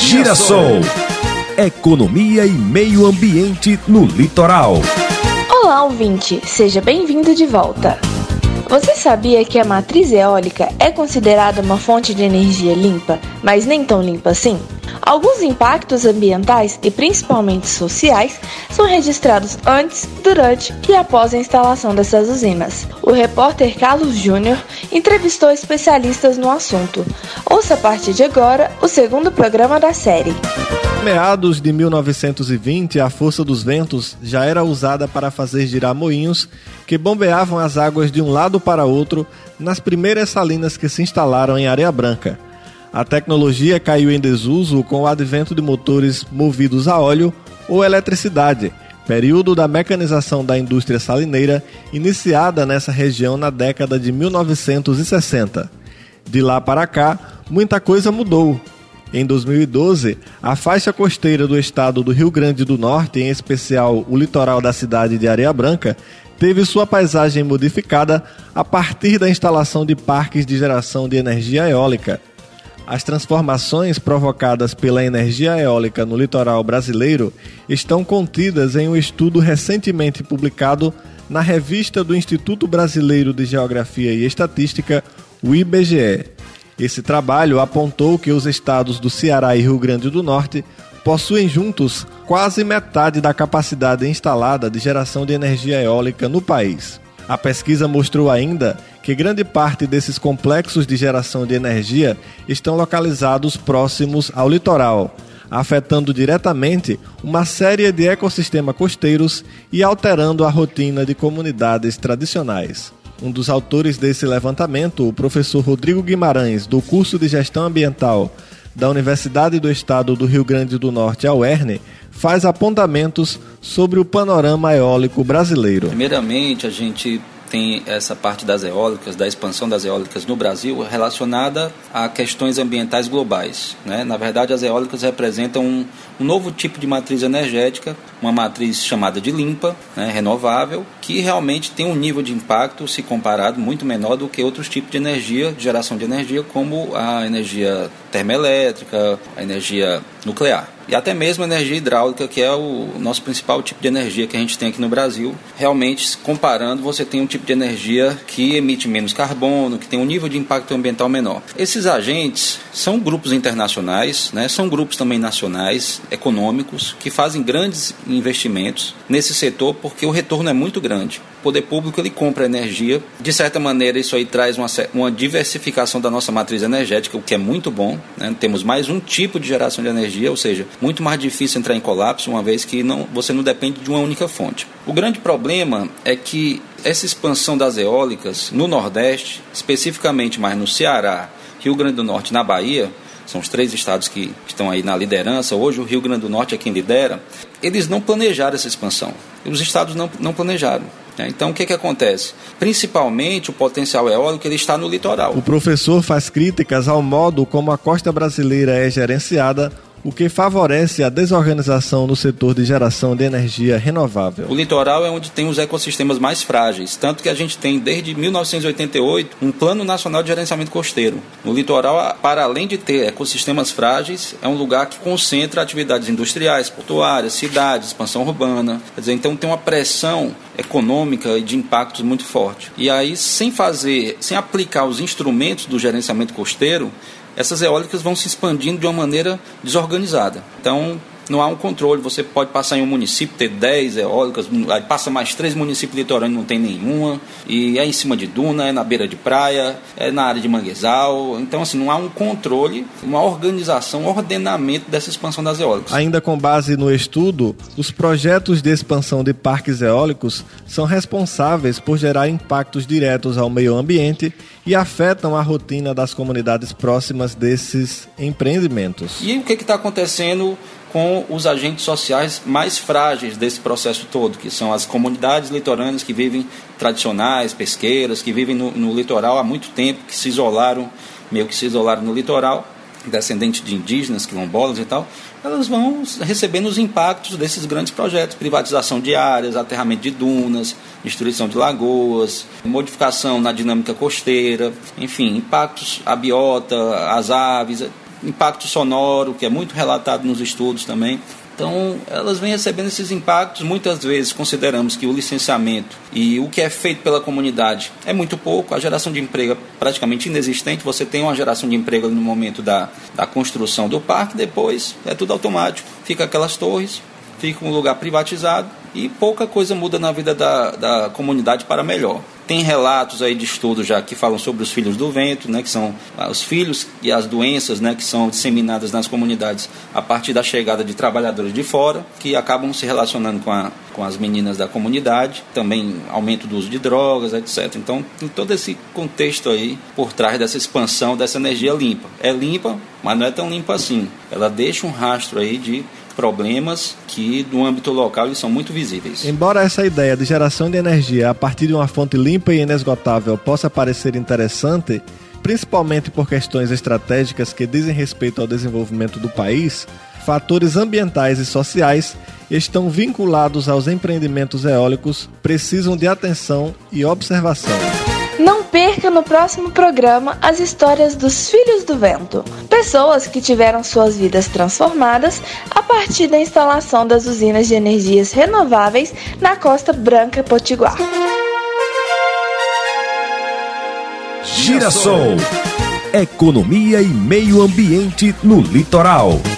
Girassol. Economia e meio ambiente no litoral. Olá, ouvinte, seja bem-vindo de volta. Você sabia que a matriz eólica é considerada uma fonte de energia limpa, mas nem tão limpa assim? Alguns impactos ambientais e principalmente sociais são registrados antes, durante e após a instalação dessas usinas. O repórter Carlos Júnior entrevistou especialistas no assunto. Ouça a partir de agora o segundo programa da série. Meados de 1920, a força dos ventos já era usada para fazer girar moinhos que bombeavam as águas de um lado para outro nas primeiras salinas que se instalaram em Areia Branca. A tecnologia caiu em desuso com o advento de motores movidos a óleo ou eletricidade, período da mecanização da indústria salineira iniciada nessa região na década de 1960. De lá para cá, muita coisa mudou. Em 2012, a faixa costeira do estado do Rio Grande do Norte, em especial o litoral da cidade de Areia Branca, teve sua paisagem modificada a partir da instalação de parques de geração de energia eólica. As transformações provocadas pela energia eólica no litoral brasileiro estão contidas em um estudo recentemente publicado na revista do Instituto Brasileiro de Geografia e Estatística, o IBGE. Esse trabalho apontou que os estados do Ceará e Rio Grande do Norte possuem juntos quase metade da capacidade instalada de geração de energia eólica no país. A pesquisa mostrou ainda que grande parte desses complexos de geração de energia estão localizados próximos ao litoral, afetando diretamente uma série de ecossistemas costeiros e alterando a rotina de comunidades tradicionais. Um dos autores desse levantamento, o professor Rodrigo Guimarães, do curso de Gestão Ambiental da Universidade do Estado do Rio Grande do Norte, a UERN, faz apontamentos sobre o panorama eólico brasileiro. Primeiramente, a gente tem essa parte das eólicas, da expansão das eólicas no Brasil, relacionada a questões ambientais globais, né? Na verdade, as eólicas representam um novo tipo de matriz energética, uma matriz chamada de limpa, né, renovável, que realmente tem um nível de impacto, se comparado, muito menor do que outros tipos de energia, de geração de energia, como a energia termoelétrica, a energia nuclear. E até mesmo a energia hidráulica, que é o nosso principal tipo de energia que a gente tem aqui no Brasil. Realmente, comparando, você tem um tipo de energia que emite menos carbono, que tem um nível de impacto ambiental menor. Esses agentes são grupos internacionais, né, são grupos também nacionais, econômicos, que fazem grandes investimentos nesse setor porque o retorno é muito grande. O poder público ele compra energia. De certa maneira, isso aí traz uma diversificação da nossa matriz energética, o que é muito bom, né? Temos mais um tipo de geração de energia, ou seja, muito mais difícil entrar em colapso, uma vez que você não depende de uma única fonte. O grande problema é que essa expansão das eólicas no Nordeste, especificamente mais no Ceará, Rio Grande do Norte e na Bahia, são os 3 estados que estão aí na liderança. Hoje o Rio Grande do Norte é quem lidera. Eles não planejaram essa expansão. Os estados não planejaram. Então, o que acontece? Principalmente, o potencial eólico ele está no litoral. O professor faz críticas ao modo como a costa brasileira é gerenciada, o que favorece a desorganização no setor de geração de energia renovável. O litoral é onde tem os ecossistemas mais frágeis, tanto que a gente tem, desde 1988, um Plano Nacional de Gerenciamento Costeiro. No litoral, para além de ter ecossistemas frágeis, é um lugar que concentra atividades industriais, portuárias, cidades, expansão urbana. Quer dizer, então tem uma pressão econômica e de impactos muito forte. E aí, sem aplicar os instrumentos do gerenciamento costeiro, essas eólicas vão se expandindo de uma maneira desorganizada. Então, não há um controle. Você pode passar em um município, ter 10 eólicas, aí passa mais 3 municípios litorâneos, não tem nenhuma, e é em cima de duna, é na beira de praia, é na área de manguezal. Então, assim, não há um controle, uma organização, um ordenamento dessa expansão das eólicas. Ainda com base no estudo, os projetos de expansão de parques eólicos são responsáveis por gerar impactos diretos ao meio ambiente e afetam a rotina das comunidades próximas desses empreendimentos. E o que está acontecendo com os agentes sociais mais frágeis desse processo todo, que são as comunidades litorâneas que vivem tradicionais, pesqueiras, que vivem no litoral há muito tempo, que se isolaram no litoral, descendentes de indígenas, quilombolas e tal, elas vão recebendo os impactos desses grandes projetos, privatização de áreas, aterramento de dunas, destruição de lagoas, modificação na dinâmica costeira, enfim, impactos à biota, às aves, impacto sonoro, que é muito relatado nos estudos também. Então, elas vêm recebendo esses impactos. Muitas vezes consideramos que o licenciamento e o que é feito pela comunidade é muito pouco. A geração de emprego é praticamente inexistente. Você tem uma geração de emprego no momento da construção do parque, depois é tudo automático. Fica aquelas torres, fica um lugar privatizado e pouca coisa muda na vida da comunidade para melhor. Tem relatos aí de estudos já que falam sobre os filhos do vento, né, que são os filhos e as doenças, né, que são disseminadas nas comunidades a partir da chegada de trabalhadores de fora, que acabam se relacionando com as meninas da comunidade, também aumento do uso de drogas, etc. Então, tem todo esse contexto aí por trás dessa expansão dessa energia limpa. É limpa, mas não é tão limpa assim. Ela deixa um rastro aí de problemas que no âmbito local eles são muito visíveis. Embora essa ideia de geração de energia a partir de uma fonte limpa e inesgotável possa parecer interessante, principalmente por questões estratégicas que dizem respeito ao desenvolvimento do país, fatores ambientais e sociais estão vinculados aos empreendimentos eólicos, precisam de atenção e observação. Não perca no próximo programa as histórias dos Filhos do Vento, pessoas que tiveram suas vidas transformadas a partir da instalação das usinas de energias renováveis na Costa Branca Potiguar. Girassol, economia e meio ambiente no litoral.